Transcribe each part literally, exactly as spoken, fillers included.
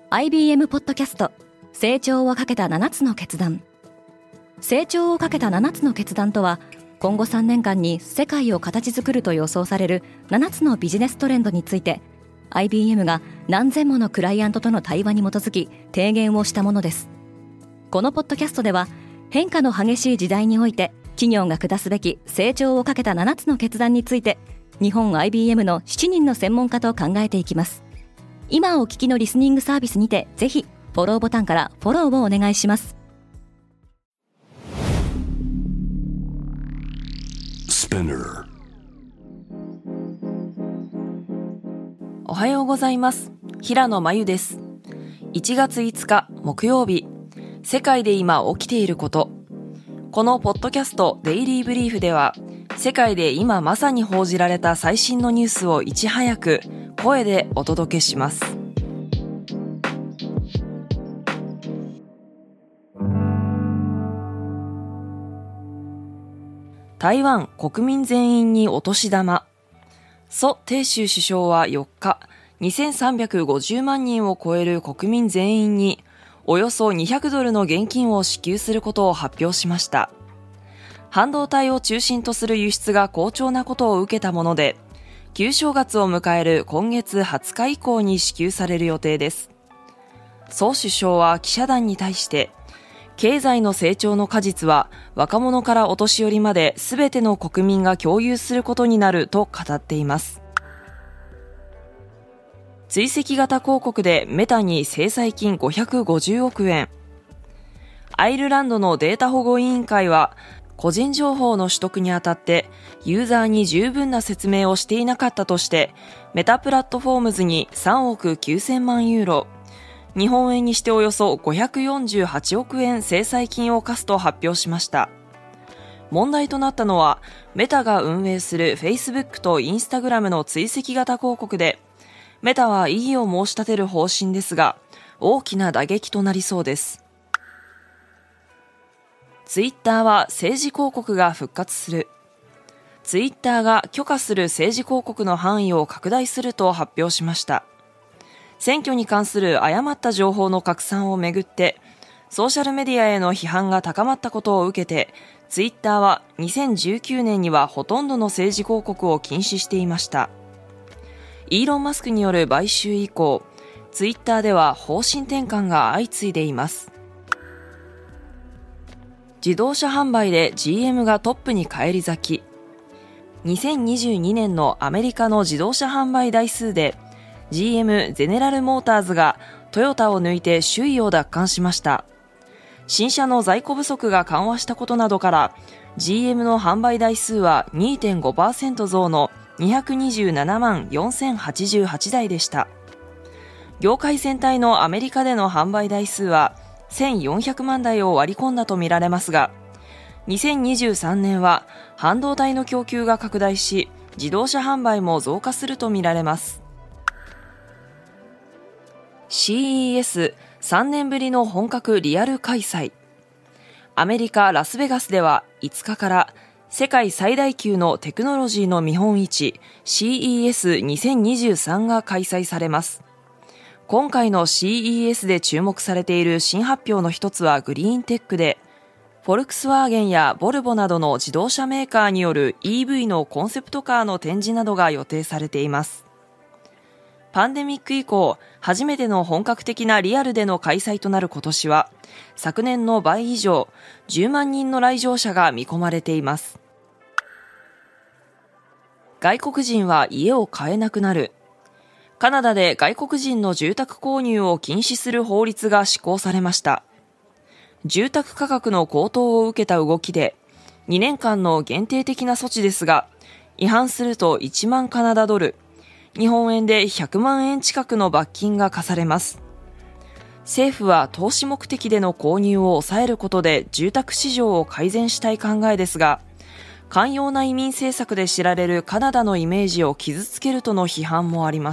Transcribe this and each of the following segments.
アイビーエム ポッドキャスト成長をかけたななつの決断。成長をかけたななつの決断とは、今後さんねんかんに世界を形作ると予想されるななつのビジネストレンドについて アイビーエム が何千ものクライアントとの対話に基づき提言をしたものです。このポッドキャストでは、変化の激しい時代において企業が下すべき成長をかけたななつの決断について、日本 アイビーエム のしちにんの専門家と考えていきます。今お聞きのリスニングサービスにて、ぜひフォローボタンからフォローをお願いします。 おはようございます。平野真由です。いちがついつか木曜日、世界で今起きていること。このポッドキャストデイリーブリーフでは、世界で今まさに報じられた最新のニュースをいち早く声でお届けします。台湾国民全員にお年玉。蘇貞周首相はよっか、にせんさんびゃくごじゅうまんにんを超える国民全員におよそにひゃくドルの現金を支給することを発表しました。半導体を中心とする輸出が好調なことを受けたもので、旧正月を迎える今月はつか以降に支給される予定です。蘇首相は記者団に対して、経済の成長の果実は若者からお年寄りまで全ての国民が共有することになると語っています。追跡型広告でメタに制裁金ごひゃくごじゅうおくえん。アイルランドのデータ保護委員会は、個人情報の取得にあたってユーザーに十分な説明をしていなかったとして、メタプラットフォームズにさんおくきゅうせんまんユーロ、日本円にしておよそごひゃくよんじゅうはちおくえん制裁金を課すと発表しました。問題となったのは、メタが運営する Facebook と Instagram の追跡型広告で、メタは異議を申し立てる方針ですが、大きな打撃となりそうです。ツイッターは政治広告が復活する。ツイッターが許可する政治広告の範囲を拡大すると発表しました。選挙に関する誤った情報の拡散をめぐって、ソーシャルメディアへの批判が高まったことを受けて、ツイッターはにせんじゅうきゅうねんにはほとんどの政治広告を禁止していました。イーロン・マスクによる買収以降、ツイッターでは方針転換が相次いでいます。自動車販売で ジーエム がトップに返り咲き。にせんにじゅうにねんのアメリカの自動車販売台数で、ジーエム ゼネラルモーターズがトヨタを抜いて首位を奪還しました。新車の在庫不足が緩和したことなどから、ジーエム の販売台数は にてんごパーセント 増のにひゃくにじゅうななまんよんせんはちじゅうはちだいでした。業界全体のアメリカでの販売台数はせんよんひゃくまんだいを割り込んだとみられますが、にせんにじゅうさんねんは半導体の供給が拡大し、自動車販売も増加するとみられます。シーイーエスさんねんぶりの本格リアル開催。アメリカ・ラスベガスではいつかから世界最大級のテクノロジーの見本市 シーイーエスにせんにじゅうさん が開催されます。今回の シーイーエス で注目されている新発表の一つはグリーンテックで、フォルクスワーゲンやボルボなどの自動車メーカーによる イーブイ のコンセプトカーの展示などが予定されています。パンデミック以降、初めての本格的なリアルでの開催となる今年は、昨年の倍以上、じゅうまんにんの来場者が見込まれています。外国人は家を買えなくなる。カナダで外国人の住宅購入を禁止する法律が施行されました。住宅価格の高騰を受けた動きで、にねんかんの限定的な措置ですが、違反するといちまんカナダドル、日本円でひゃくまんえん近くの罰金が課されます。政府は投資目的での購入を抑えることで住宅市場を改善したい考えですが、寛容な移民政策で知られるカナダのイメージを傷つけるとの批判もあります。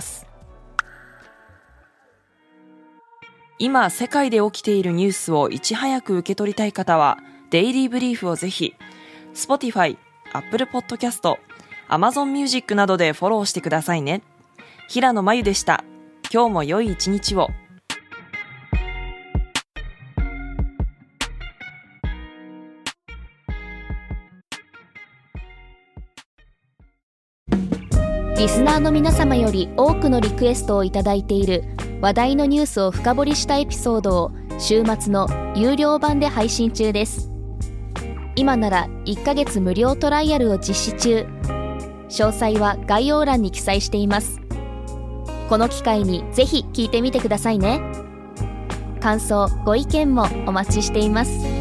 今世界で起きているニュースをいち早く受け取りたい方は、デイリーブリーフをぜひ Spotify、Apple Podcast、Amazon Music などでフォローしてくださいね。平野真由でした。今日も良い一日を。 リスナーの皆様より多くのリクエストをいただいている話題のニュースを深掘りしたエピソードを週末の有料版で配信中です。今ならいっかげつ無料トライアルを実施中。詳細は概要欄に記載しています。この機会にぜひ聞いてみてくださいね。感想、ご意見もお待ちしています。